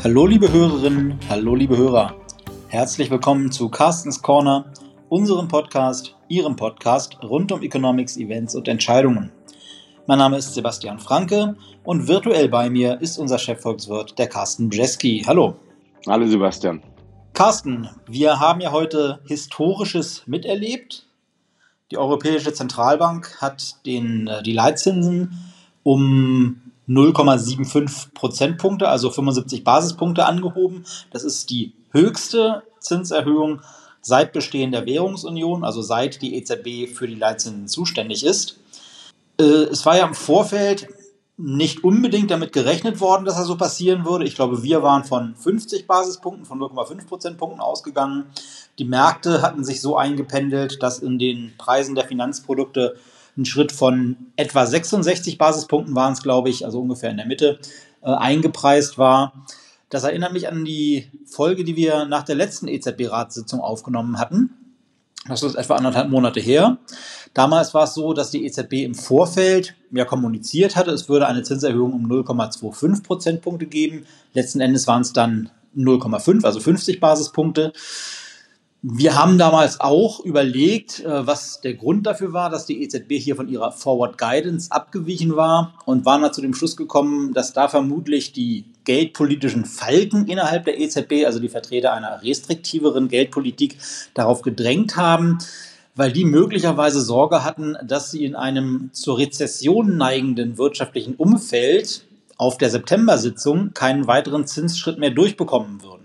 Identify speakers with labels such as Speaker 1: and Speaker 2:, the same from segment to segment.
Speaker 1: Hallo liebe Hörerinnen, hallo liebe Hörer. Herzlich willkommen zu Carstens Corner, unserem Podcast, Ihrem Podcast rund um Economics, Events und Entscheidungen. Mein Name ist Sebastian Franke und virtuell bei mir ist unser Chefvolkswirt, der Carsten Bjeski. Hallo.
Speaker 2: Hallo Sebastian.
Speaker 1: Carsten, wir haben ja heute Historisches miterlebt. Die Europäische Zentralbank hat die Leitzinsen um 0,75 Prozentpunkte, also 75 Basispunkte angehoben. Das ist die höchste Zinserhöhung seit Bestehen der Währungsunion, also seit die EZB für die Leitzinsen zuständig ist. Es war ja im Vorfeld nicht unbedingt damit gerechnet worden, dass das so passieren würde. Ich glaube, wir waren von 50 Basispunkten, von 0,5 Prozentpunkten ausgegangen. Die Märkte hatten sich so eingependelt, dass in den Preisen der Finanzprodukte ein Schritt von etwa 66 Basispunkten waren es, glaube ich, also ungefähr in der Mitte, eingepreist war. Das erinnert mich an die Folge, die wir nach der letzten EZB-Ratssitzung aufgenommen hatten. Das ist etwa 1,5 Monate her. Damals war es so, dass die EZB im Vorfeld kommuniziert hatte, es würde eine Zinserhöhung um 0,25 Prozentpunkte geben. Letzten Endes waren es dann 0,5, also 50 Basispunkte. Wir haben damals auch überlegt, was der Grund dafür war, dass die EZB hier von ihrer Forward Guidance abgewichen war und waren da zu dem Schluss gekommen, dass da vermutlich die geldpolitischen Falken innerhalb der EZB, also die Vertreter einer restriktiveren Geldpolitik, darauf gedrängt haben, weil die möglicherweise Sorge hatten, dass sie in einem zur Rezession neigenden wirtschaftlichen Umfeld auf der September-Sitzung keinen weiteren Zinsschritt mehr durchbekommen würden.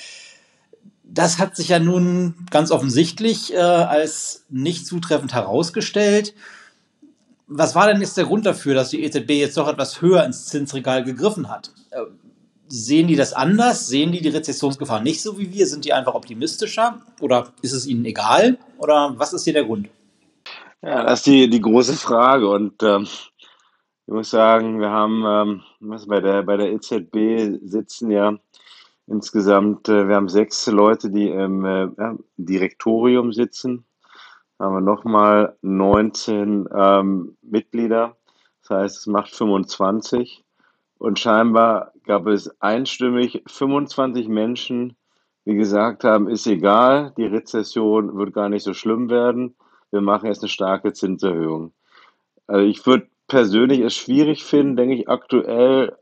Speaker 1: Das hat sich ja nun ganz offensichtlich als nicht zutreffend herausgestellt. Was war denn jetzt der Grund dafür, dass die EZB jetzt doch etwas höher ins Zinsregal gegriffen hat? Sehen die das anders? Sehen die Rezessionsgefahr nicht so wie wir? Sind die einfach optimistischer? Oder ist es ihnen egal? Oder was ist hier der Grund?
Speaker 2: Ja, das ist die große Frage. Und ich muss sagen, wir haben bei der EZB sitzen ja insgesamt, wir haben 6 Leute, die im Direktorium sitzen. Haben wir nochmal 19 Mitglieder. Das heißt, es macht 25. Und scheinbar gab es einstimmig 25 Menschen, die gesagt haben, ist egal, die Rezession wird gar nicht so schlimm werden. Wir machen jetzt eine starke Zinserhöhung. Also ich würde persönlich es schwierig finden, denke ich, aktuell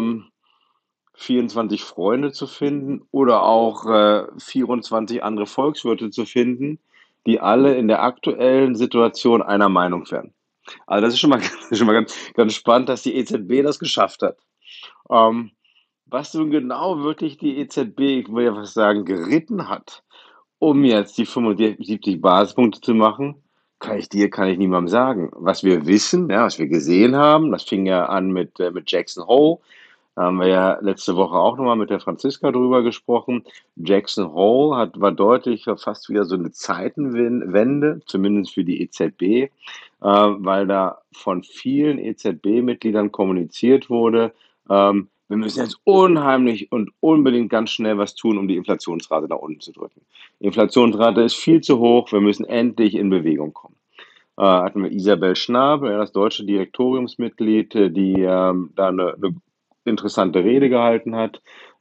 Speaker 2: 24 Freunde zu finden oder auch 24 andere Volkswirte zu finden, die alle in der aktuellen Situation einer Meinung wären. Also das ist schon mal ganz spannend, dass die EZB das geschafft hat. Was nun genau wirklich die EZB, ich will ja fast sagen, geritten hat, um jetzt die 75 Basispunkte zu machen, kann ich niemandem sagen. Was wir wissen, ja, was wir gesehen haben, das fing ja an mit Jackson Hole. Da haben wir ja letzte Woche auch nochmal mit der Franziska drüber gesprochen. Jackson Hole war deutlich fast wieder so eine Zeitenwende, zumindest für die EZB, weil da von vielen EZB-Mitgliedern kommuniziert wurde, wir müssen jetzt unheimlich und unbedingt ganz schnell was tun, um die Inflationsrate nach unten zu drücken. Die Inflationsrate ist viel zu hoch, wir müssen endlich in Bewegung kommen. Hatten wir Isabel Schnabel, das deutsche Direktoriumsmitglied, die da eine interessante Rede gehalten hat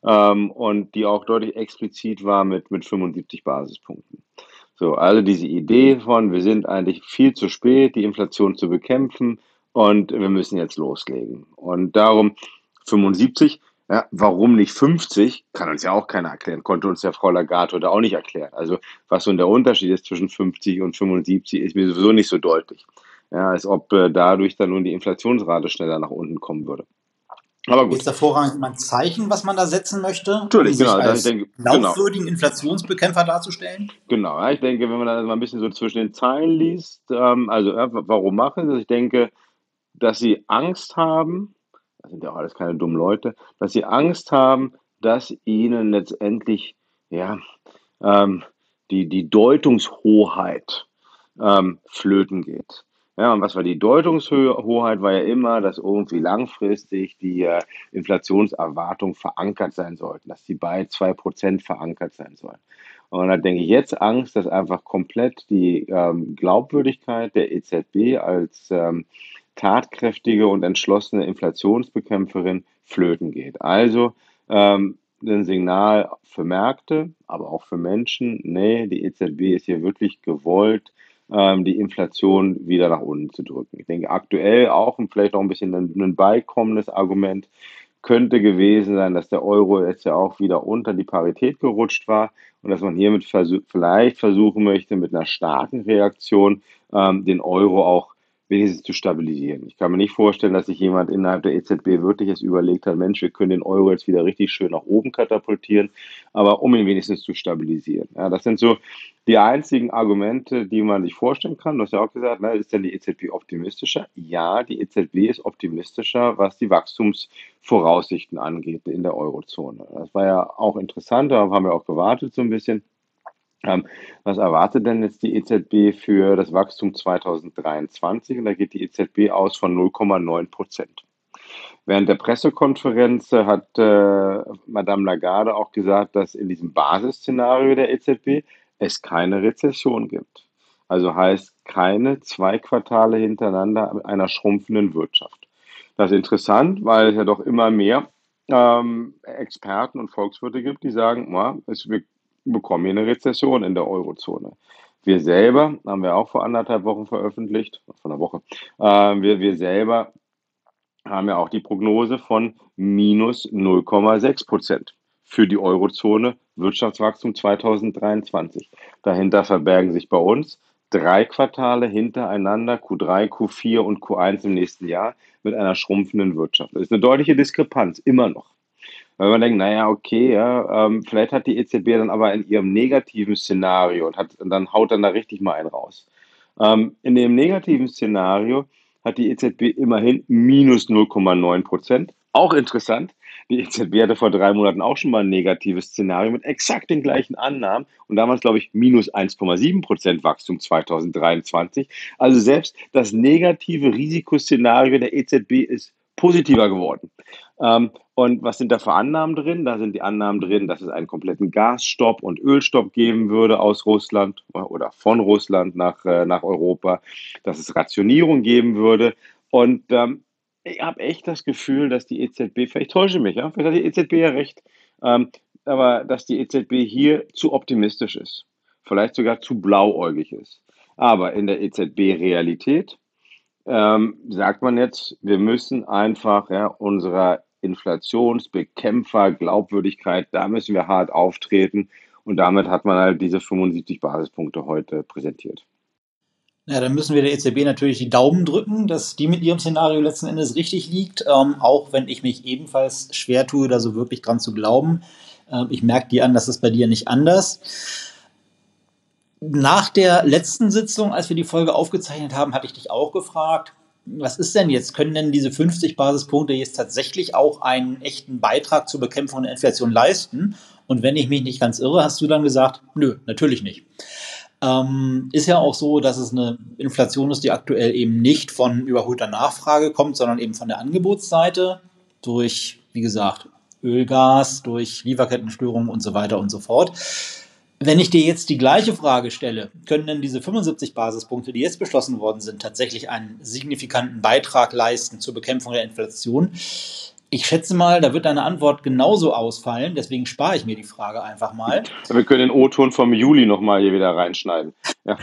Speaker 2: und die auch deutlich explizit war mit 75 Basispunkten. So, alle diese Idee von, wir sind eigentlich viel zu spät, die Inflation zu bekämpfen und wir müssen jetzt loslegen. Und darum 75, ja, warum nicht 50, kann uns ja auch keiner erklären, konnte uns ja Frau Lagarde heute auch nicht erklären. Also was so der Unterschied ist zwischen 50 und 75, ist mir sowieso nicht so deutlich. Ja, als ob dadurch dann nun die Inflationsrate schneller nach unten kommen würde. Aber gut.
Speaker 1: Ist da vorrangig ein Zeichen, was man da setzen möchte,
Speaker 2: Natürlich,
Speaker 1: um sich
Speaker 2: genau.
Speaker 1: als
Speaker 2: Genau.
Speaker 1: glaubwürdigen Inflationsbekämpfer darzustellen?
Speaker 2: Genau, ja, ich denke, wenn man da mal ein bisschen so zwischen den Zeilen liest, warum machen sie das? Ich denke, dass sie Angst haben, das sind ja auch alles keine dummen Leute, dass sie Angst haben, dass ihnen letztendlich ja, ähm, die Deutungshoheit flöten geht. Ja, und was war die Deutungshoheit? War ja immer, dass irgendwie langfristig die Inflationserwartungen verankert sein sollten, dass die bei 2% verankert sein sollen. Und da denke ich jetzt Angst, dass einfach komplett die Glaubwürdigkeit der EZB als tatkräftige und entschlossene Inflationsbekämpferin flöten geht. Also ein Signal für Märkte, aber auch für Menschen. Nee, die EZB ist hier wirklich gewollt, die Inflation wieder nach unten zu drücken. Ich denke, aktuell auch und vielleicht auch ein bisschen ein beikommendes Argument könnte gewesen sein, dass der Euro jetzt ja auch wieder unter die Parität gerutscht war und dass man hiermit vielleicht versuchen möchte, mit einer starken Reaktion den Euro auch wenigstens zu stabilisieren. Ich kann mir nicht vorstellen, dass sich jemand innerhalb der EZB wirklich jetzt überlegt hat, Mensch, wir können den Euro jetzt wieder richtig schön nach oben katapultieren, aber um ihn wenigstens zu stabilisieren. Ja, das sind so die einzigen Argumente, die man sich vorstellen kann. Du hast ja auch gesagt, ne, ist denn die EZB optimistischer? Ja, die EZB ist optimistischer, was die Wachstumsvoraussichten angeht in der Eurozone. Das war ja auch interessant, darauf haben wir auch gewartet so ein bisschen. Was erwartet denn jetzt die EZB für das Wachstum 2023? Und da geht die EZB aus von 0,9%. Während der Pressekonferenz hat Madame Lagarde auch gesagt, dass in diesem Basisszenario der EZB es keine Rezession gibt. Also heißt keine 2 Quartale hintereinander mit einer schrumpfenden Wirtschaft. Das ist interessant, weil es ja doch immer mehr Experten und Volkswirte gibt, die sagen, wir bekommen hier eine Rezession in der Eurozone. Wir selber, haben wir auch vor 1,5 Wochen veröffentlicht, vor einer Woche, wir selber haben ja auch die Prognose von minus 0,6% für die Eurozone Wirtschaftswachstum 2023. Dahinter verbergen sich bei uns 3 Quartale hintereinander, Q3, Q4 und Q1 im nächsten Jahr mit einer schrumpfenden Wirtschaft. Das ist eine deutliche Diskrepanz, immer noch. Weil man denkt, naja, okay, ja, vielleicht hat die EZB dann aber in ihrem negativen Szenario und dann haut dann da richtig mal einen raus. In dem negativen Szenario hat die EZB immerhin minus 0,9%. Auch interessant. Die EZB hatte vor 3 Monaten auch schon mal ein negatives Szenario mit exakt den gleichen Annahmen. Und damals, glaube ich, minus 1,7% Wachstum 2023. Also selbst das negative Risikoszenario der EZB ist positiver geworden. Und was sind da für Annahmen drin? Da sind die Annahmen drin, dass es einen kompletten Gasstopp und Ölstopp geben würde aus Russland oder von Russland nach Europa, dass es Rationierung geben würde. Und ich habe echt das Gefühl, dass die EZB, vielleicht täusche ich mich, ja, vielleicht hat die EZB ja recht, ähm, aber dass die EZB hier zu optimistisch ist, vielleicht sogar zu blauäugig ist. Aber in der EZB-Realität sagt man jetzt, wir müssen einfach unserer Inflationsbekämpfer Glaubwürdigkeit, da müssen wir hart auftreten. Und damit hat man halt diese 75 Basispunkte heute präsentiert.
Speaker 1: Ja, dann müssen wir der EZB natürlich die Daumen drücken, dass die mit ihrem Szenario letzten Endes richtig liegt, auch wenn ich mich ebenfalls schwer tue, da so wirklich dran zu glauben. Ich merke dir an, das ist bei dir nicht anders. Nach der letzten Sitzung, als wir die Folge aufgezeichnet haben, hatte ich dich auch gefragt, was ist denn jetzt? Können denn diese 50 Basispunkte jetzt tatsächlich auch einen echten Beitrag zur Bekämpfung der Inflation leisten? Und wenn ich mich nicht ganz irre, hast du dann gesagt, nö, natürlich nicht. Ist ja auch so, dass es eine Inflation ist, die aktuell eben nicht von überholter Nachfrage kommt, sondern eben von der Angebotsseite durch, wie gesagt, Ölgas, durch Lieferkettenstörungen und so weiter und so fort. Wenn ich dir jetzt die gleiche Frage stelle, können denn diese 75 Basispunkte, die jetzt beschlossen worden sind, tatsächlich einen signifikanten Beitrag leisten zur Bekämpfung der Inflation? Ich schätze mal, da wird deine Antwort genauso ausfallen, deswegen spare ich mir die Frage einfach mal.
Speaker 2: Wir können den O-Ton vom Juli nochmal hier wieder reinschneiden. Ja.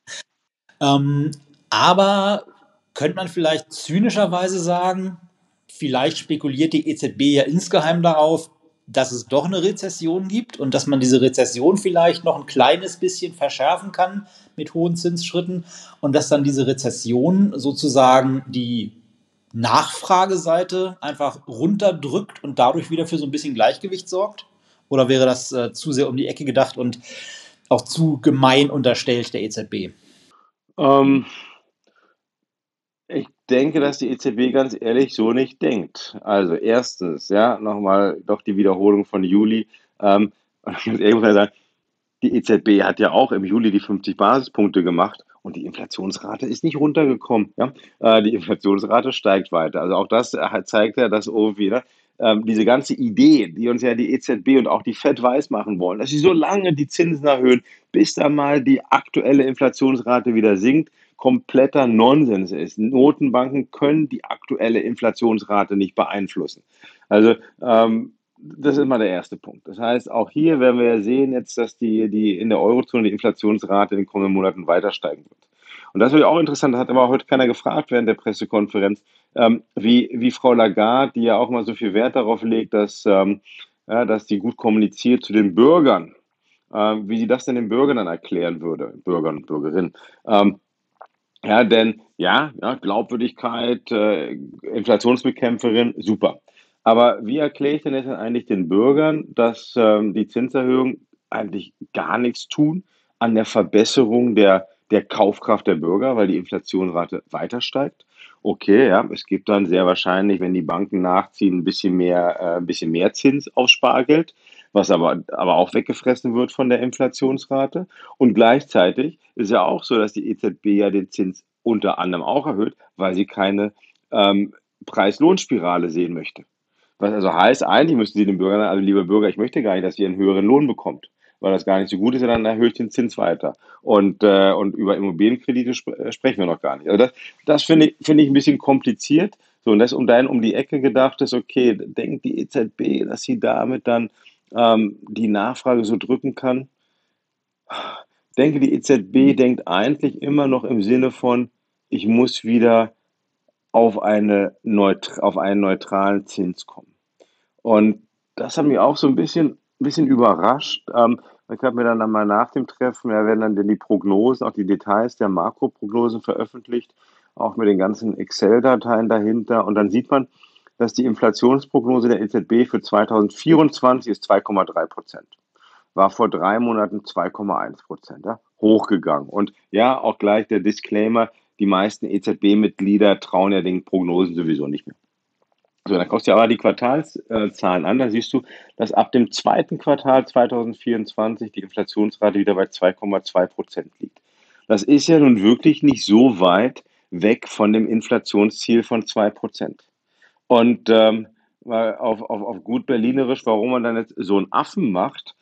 Speaker 1: Aber könnte man vielleicht zynischerweise sagen, vielleicht spekuliert die EZB ja insgeheim darauf, dass es doch eine Rezession gibt und dass man diese Rezession vielleicht noch ein kleines bisschen verschärfen kann mit hohen Zinsschritten und dass dann diese Rezession sozusagen die Nachfrageseite einfach runterdrückt und dadurch wieder für so ein bisschen Gleichgewicht sorgt? Oder wäre das zu sehr um die Ecke gedacht und auch zu gemein unterstellt der EZB?
Speaker 2: Ähm, Ich denke, dass die EZB ganz ehrlich so nicht denkt. Also erstens, ja, nochmal doch die Wiederholung von Juli. Und ich muss irgendwann sagen, die EZB hat ja auch im Juli die 50 Basispunkte gemacht und die Inflationsrate ist nicht runtergekommen. Ja? Die Inflationsrate steigt weiter. Also auch das zeigt ja, dass irgendwie diese ganze Idee, die uns ja die EZB und auch die FED weismachen wollen, dass sie so lange die Zinsen erhöhen, bis da mal die aktuelle Inflationsrate wieder sinkt, kompletter Nonsens ist. Notenbanken können die aktuelle Inflationsrate nicht beeinflussen. Also Das ist mal der erste Punkt. Das heißt, auch hier werden wir ja sehen jetzt, dass die in der Eurozone die Inflationsrate in den kommenden Monaten weiter steigen wird. Und das wird auch interessant, das hat aber heute keiner gefragt während der Pressekonferenz, wie Frau Lagarde, die ja auch mal so viel Wert darauf legt, ja, dass sie gut kommuniziert zu den Bürgern, wie sie das denn den Bürgern dann erklären würde, Bürgern und Bürgerinnen. Ähm, ja, denn ja, Glaubwürdigkeit, Inflationsbekämpferin, super. Aber wie erkläre ich denn jetzt eigentlich den Bürgern, dass die Zinserhöhungen eigentlich gar nichts tun an der Verbesserung der Kaufkraft der Bürger, weil die Inflationsrate weiter steigt? Okay, ja, es gibt dann sehr wahrscheinlich, wenn die Banken nachziehen, ein bisschen mehr Zins auf Spargeld, was aber auch weggefressen wird von der Inflationsrate. Und gleichzeitig ist ja auch so, dass die EZB ja den Zins unter anderem auch erhöht, weil sie keine Preis-Lohn-Spirale sehen möchte. Was also heißt, eigentlich müssten sie den Bürgern, also liebe Bürger, ich möchte gar nicht, dass ihr einen höheren Lohn bekommt, weil das gar nicht so gut ist, dann erhöhe ich den Zins weiter. Und über Immobilienkredite sprechen wir noch gar nicht. Also das finde ich ein bisschen kompliziert. So, und das um die Ecke gedacht ist, okay, denkt die EZB, dass sie damit dann die Nachfrage so drücken kann? Ich denke, die EZB denkt eigentlich immer noch im Sinne von, ich muss wieder auf einen neutralen Zins kommen. Und das hat mich auch so ein bisschen überrascht. Ich habe mir dann einmal nach dem Treffen, ja, werden dann die Prognosen, auch die Details der Makroprognosen veröffentlicht, auch mit den ganzen Excel-Dateien dahinter. Und dann sieht man, dass die Inflationsprognose der EZB für 2024 ist 2,3%, war vor 3 Monaten 2,1%, ja, hochgegangen. Und ja, auch gleich der Disclaimer, die meisten EZB-Mitglieder trauen ja den Prognosen sowieso nicht mehr. So, dann guckst du dir aber die Quartalszahlen an, da siehst du, dass ab dem zweiten Quartal 2024 die Inflationsrate wieder bei 2,2% liegt. Das ist ja nun wirklich nicht so weit weg von dem Inflationsziel von 2%. Und mal auf gut Berlinerisch, warum man dann jetzt so einen Affen macht,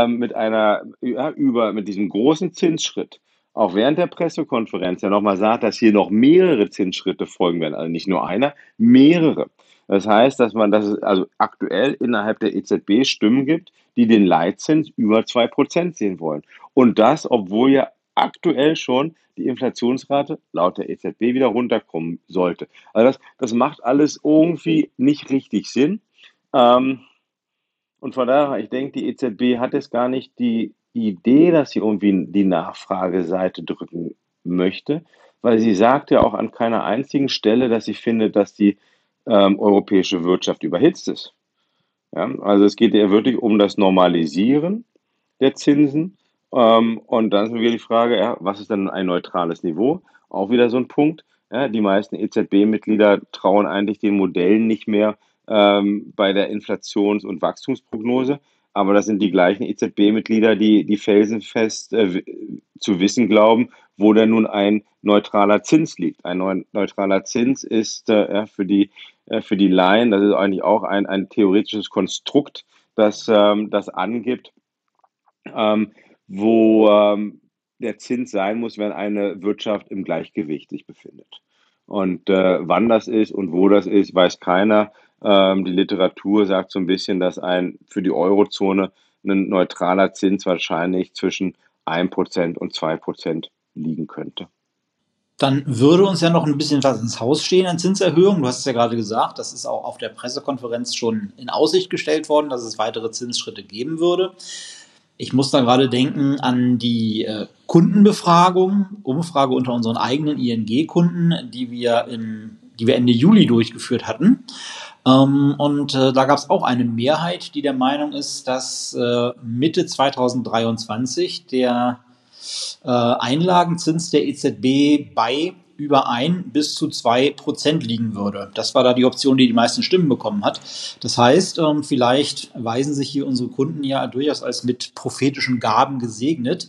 Speaker 2: mit diesem großen Zinsschritt, auch während der Pressekonferenz ja nochmal sagt, dass hier noch mehrere Zinsschritte folgen werden, also nicht nur einer, mehrere. Das heißt, dass es also aktuell innerhalb der EZB Stimmen gibt, die den Leitzins über 2% sehen wollen. Und das, obwohl ja aktuell schon die Inflationsrate laut der EZB wieder runterkommen sollte. Also das macht alles irgendwie nicht richtig Sinn. Ähm, und von daher, ich denke, die EZB hat jetzt gar nicht die Idee, dass sie irgendwie die Nachfrageseite drücken möchte, weil sie sagt ja auch an keiner einzigen Stelle, dass sie findet, dass die europäische Wirtschaft überhitzt ist. Ja? Also es geht ja wirklich um das Normalisieren der Zinsen. Und dann ist wieder die Frage, ja, was ist dann ein neutrales Niveau? Auch wieder so ein Punkt. Ja, die meisten EZB-Mitglieder trauen eigentlich den Modellen nicht mehr bei der Inflations- und Wachstumsprognose. Aber das sind die gleichen EZB-Mitglieder, die felsenfest zu wissen glauben, wo denn nun ein neutraler Zins liegt. Ein neutraler Zins ist ja, für die Laien, das ist eigentlich auch ein theoretisches Konstrukt, das angibt, ähm, wo der Zins sein muss, wenn eine Wirtschaft im Gleichgewicht sich befindet. Und wann das ist und wo das ist, weiß keiner. Die Literatur sagt so ein bisschen, dass für die Eurozone ein neutraler Zins wahrscheinlich zwischen 1% und 2% liegen könnte.
Speaker 1: Dann würde uns ja noch ein bisschen was ins Haus stehen an Zinserhöhungen. Du hast es ja gerade gesagt, das ist auch auf der Pressekonferenz schon in Aussicht gestellt worden, dass es weitere Zinsschritte geben würde. Ich muss da gerade denken an die Kundenbefragung, Umfrage unter unseren eigenen ING-Kunden, die wir Ende Juli durchgeführt hatten. Da gab es auch eine Mehrheit, die der Meinung ist, dass Mitte 2023 der Einlagenzins der EZB bei über 1 bis zu 2% liegen würde. Das war da die Option, die die meisten Stimmen bekommen hat. Das heißt, vielleicht weisen sich hier unsere Kunden ja durchaus als mit prophetischen Gaben gesegnet.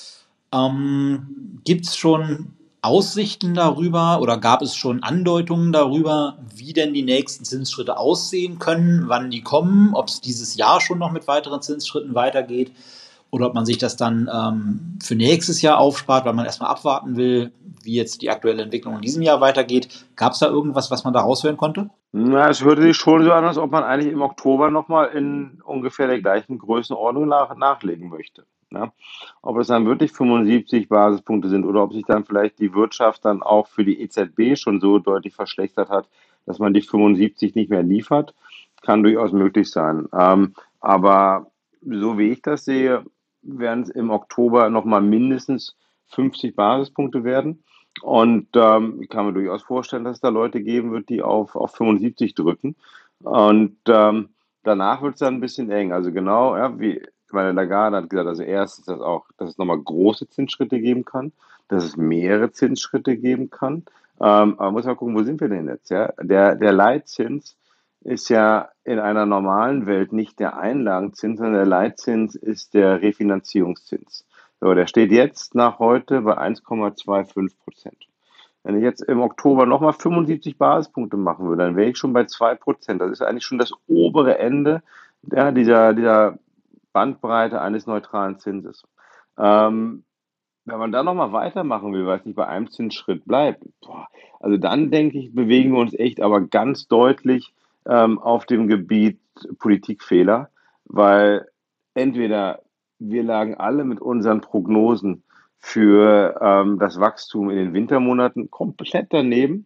Speaker 1: Gibt es schon Aussichten darüber oder gab es schon Andeutungen darüber, wie denn die nächsten Zinsschritte aussehen können, wann die kommen, ob es dieses Jahr schon noch mit weiteren Zinsschritten weitergeht? oder ob man sich das dann für nächstes Jahr aufspart, weil man erstmal abwarten will, wie jetzt die aktuelle Entwicklung in diesem Jahr weitergeht. Gab es da irgendwas, was man da raushören konnte?
Speaker 2: Na, es hörte sich schon so an, als ob man eigentlich im Oktober nochmal in ungefähr der gleichen Größenordnung nachlegen möchte. Ne? Ob es dann wirklich 75 Basispunkte sind oder ob sich dann vielleicht die Wirtschaft dann auch für die EZB schon so deutlich verschlechtert hat, dass man die 75 nicht mehr liefert, kann durchaus möglich sein. Aber so wie ich das sehe, werden es im Oktober nochmal mindestens 50 Basispunkte werden. Und ich kann mir durchaus vorstellen, dass es da Leute geben wird, die auf 75 drücken. Und danach wird es dann ein bisschen eng. Also genau, ja, wie meine Lagarde hat gesagt, also erstens, dass es nochmal große Zinsschritte geben kann, dass es mehrere Zinsschritte geben kann. Aber man muss mal gucken, wo sind wir denn jetzt? Ja? Der Leitzins ist ja in einer normalen Welt nicht der Einlagenzins, sondern der Leitzins ist der Refinanzierungszins. So, der steht jetzt nach heute bei 1,25%. Wenn ich jetzt im Oktober nochmal 75 Basispunkte machen würde, dann wäre ich schon bei 2%. Das ist eigentlich schon das obere Ende, ja, dieser Bandbreite eines neutralen Zinses. Ähm, Wenn man dann nochmal weitermachen will, weil es nicht bei einem Zinsschritt bleibt, boah, also dann denke ich, bewegen wir uns echt aber ganz deutlich auf dem Gebiet Politikfehler, weil entweder wir lagen alle mit unseren Prognosen für das Wachstum in den Wintermonaten komplett daneben,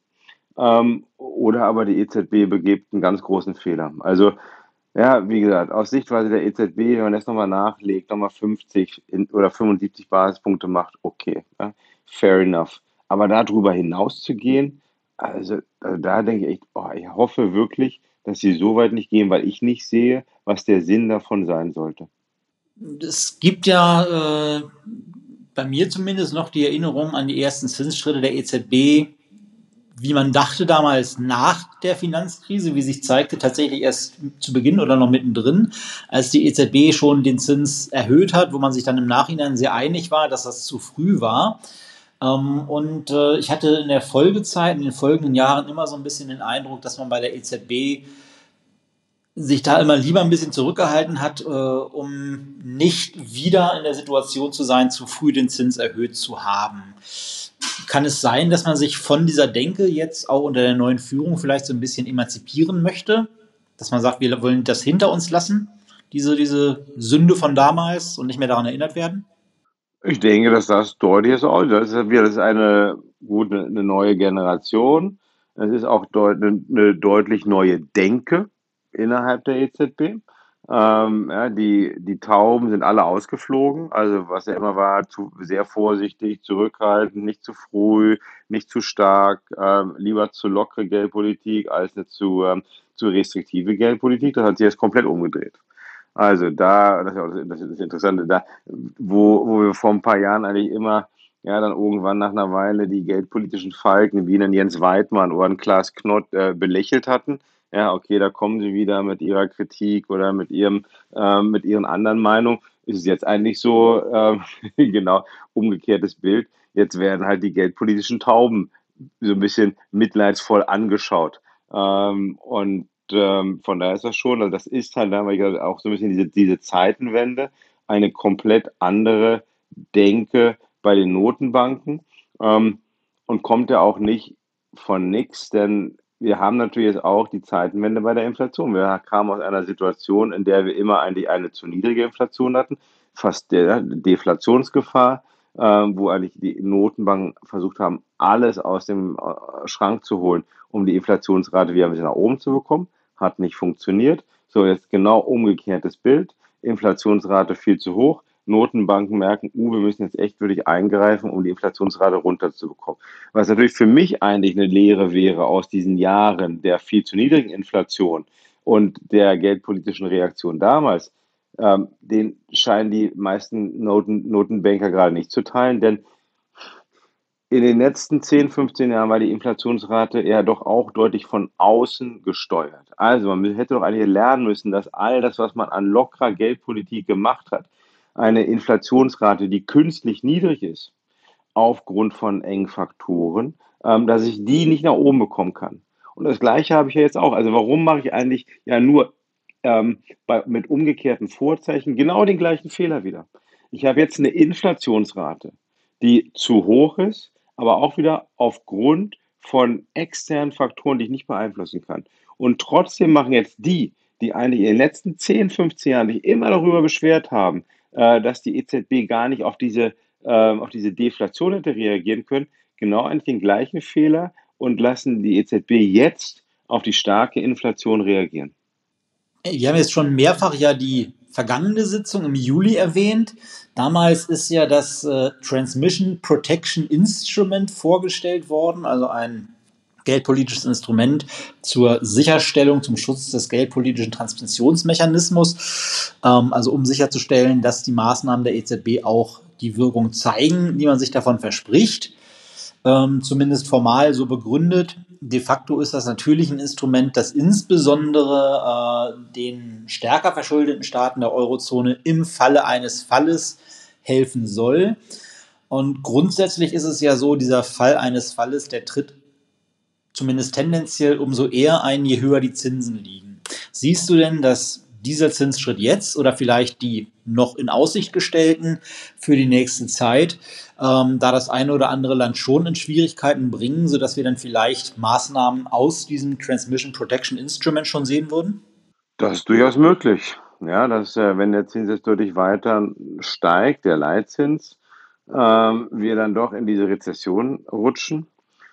Speaker 2: oder aber die EZB begeht einen ganz großen Fehler. Also ja, wie gesagt, aus Sichtweise der EZB, wenn man das nochmal nachlegt, nochmal 50 oder 75 Basispunkte macht, okay, ja, fair enough. Aber darüber hinaus zu gehen, also da denke ich echt, oh, ich hoffe wirklich, dass sie so weit nicht gehen, weil ich nicht sehe, was der Sinn davon sein sollte.
Speaker 1: Es gibt ja bei mir zumindest noch die Erinnerung an die ersten Zinsschritte der EZB, wie man dachte damals nach der Finanzkrise, wie sich zeigte, tatsächlich erst zu Beginn oder noch mittendrin, als die EZB schon den Zins erhöht hat, wo man sich dann im Nachhinein sehr einig war, dass das zu früh war. Ich hatte in der Folgezeit, in den folgenden Jahren immer so ein bisschen den Eindruck, dass man bei der EZB sich da immer lieber ein bisschen zurückgehalten hat, um nicht wieder in der Situation zu sein, zu früh den Zins erhöht zu haben. Kann es sein, dass man sich von dieser Denke jetzt auch unter der neuen Führung vielleicht so ein bisschen emanzipieren möchte? Dass man sagt, wir wollen das hinter uns lassen, diese Sünde von damals und nicht mehr daran erinnert werden?
Speaker 2: Ich denke, dass das deutlich ist auch. Das ist eine gute, eine neue Generation. Es ist auch eine deutlich neue Denke innerhalb der EZB. Ja, die Tauben sind alle ausgeflogen. Also was ja immer war, sehr vorsichtig, zurückhaltend, nicht zu früh, nicht zu stark, lieber zu lockere Geldpolitik als eine zu restriktive Geldpolitik. Das hat sich jetzt komplett umgedreht. Also da, das ist ja auch das Interessante, da, wo wir vor ein paar Jahren eigentlich immer, ja, dann irgendwann nach einer Weile die geldpolitischen Falken wie einen Jens Weidmann oder einen Klaas Knott belächelt hatten. Ja, okay, da kommen sie wieder mit ihrer Kritik oder mit ihren anderen Meinungen. Ist es jetzt eigentlich so, genau, umgekehrtes Bild. Jetzt werden halt die geldpolitischen Tauben so ein bisschen mitleidsvoll angeschaut. Und von daher ist das schon, also das ist halt dann, weil ich gesagt, auch so ein bisschen diese Zeitenwende, eine komplett andere Denke bei den Notenbanken, ähm, und kommt ja auch nicht von nix, denn wir haben natürlich jetzt auch die Zeitenwende bei der Inflation. Wir kamen aus einer Situation, in der wir immer eigentlich eine zu niedrige Inflation hatten, fast der Deflationsgefahr, wo eigentlich die Notenbanken versucht haben, alles aus dem Schrank zu holen, um die Inflationsrate wieder ein bisschen nach oben zu bekommen. Hat nicht funktioniert. So, jetzt genau umgekehrtes Bild. Inflationsrate viel zu hoch. Notenbanken merken, wir müssen jetzt echt wirklich eingreifen, um die Inflationsrate runterzubekommen. Was natürlich für mich eigentlich eine Lehre wäre aus diesen Jahren der viel zu niedrigen Inflation und der geldpolitischen Reaktion damals, den scheinen die meisten Notenbanker gerade nicht zu teilen, denn in den letzten 10, 15 Jahren war die Inflationsrate ja doch auch deutlich von außen gesteuert. Also man hätte doch eigentlich lernen müssen, dass all das, was man an lockerer Geldpolitik gemacht hat, eine Inflationsrate, die künstlich niedrig ist, aufgrund von engen Faktoren, dass ich die nicht nach oben bekommen kann. Und das Gleiche habe ich ja jetzt auch. Also warum mache ich eigentlich ja nur mit umgekehrten Vorzeichen genau den gleichen Fehler wieder? Ich habe jetzt eine Inflationsrate, die zu hoch ist, aber auch wieder aufgrund von externen Faktoren, die ich nicht beeinflussen kann. Und trotzdem machen jetzt die eigentlich in den letzten 10, 15 Jahren sich immer darüber beschwert haben, dass die EZB gar nicht auf diese Deflation hätte reagieren können, genau eigentlich den gleichen Fehler und lassen die EZB jetzt auf die starke Inflation reagieren.
Speaker 1: Wir haben jetzt schon mehrfach ja die vergangene Sitzung im Juli erwähnt. Damals ist ja das Transmission Protection Instrument vorgestellt worden, also ein geldpolitisches Instrument zur Sicherstellung, zum Schutz des geldpolitischen Transmissionsmechanismus, also um sicherzustellen, dass die Maßnahmen der EZB auch die Wirkung zeigen, die man sich davon verspricht. Zumindest formal so begründet. De facto ist das natürlich ein Instrument, das insbesondere den stärker verschuldeten Staaten der Eurozone im Falle eines Falles helfen soll. Und grundsätzlich ist es ja so, dieser Fall eines Falles, der tritt zumindest tendenziell umso eher ein, je höher die Zinsen liegen. Siehst du denn, dass dieser Zinsschritt jetzt oder vielleicht die noch in Aussicht gestellten für die nächste Zeit, da das eine oder andere Land schon in Schwierigkeiten bringen, sodass wir dann vielleicht Maßnahmen aus diesem Transmission Protection Instrument schon sehen würden?
Speaker 2: Das ist durchaus möglich. Ja, wenn der Zins jetzt deutlich weiter steigt, der Leitzins, wir dann doch in diese Rezession rutschen.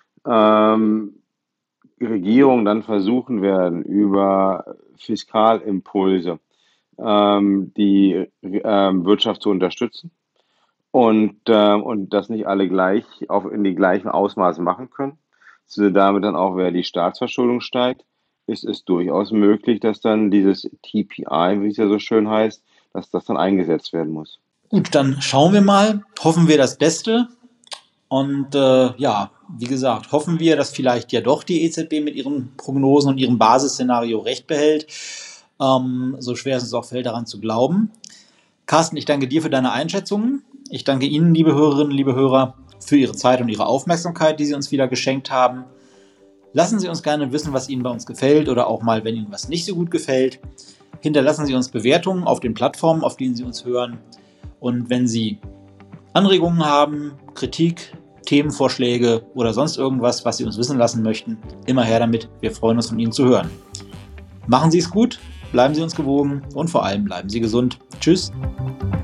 Speaker 2: Regierungen dann versuchen werden, über Fiskalimpulse die Wirtschaft zu unterstützen und das nicht alle gleich in die gleichen Ausmaße machen können. So damit dann auch, wer die Staatsverschuldung steigt, ist es durchaus möglich, dass dann dieses TPI, wie es ja so schön heißt, dass das dann eingesetzt werden muss.
Speaker 1: Gut, dann schauen wir mal, hoffen wir das Beste. Und ja, wie gesagt, hoffen wir, dass vielleicht ja doch die EZB mit ihren Prognosen und ihrem Basisszenario recht behält. So schwer es uns auch fällt, daran zu glauben. Carsten, ich danke dir für deine Einschätzungen. Ich danke Ihnen, liebe Hörerinnen, liebe Hörer, für Ihre Zeit und Ihre Aufmerksamkeit, die Sie uns wieder geschenkt haben. Lassen Sie uns gerne wissen, was Ihnen bei uns gefällt oder auch mal, wenn Ihnen was nicht so gut gefällt. Hinterlassen Sie uns Bewertungen auf den Plattformen, auf denen Sie uns hören. Und wenn Sie Anregungen haben, Kritik, Themenvorschläge oder sonst irgendwas, was Sie uns wissen lassen möchten, immer her damit. Wir freuen uns, von Ihnen zu hören. Machen Sie es gut, bleiben Sie uns gewogen und vor allem bleiben Sie gesund. Tschüss.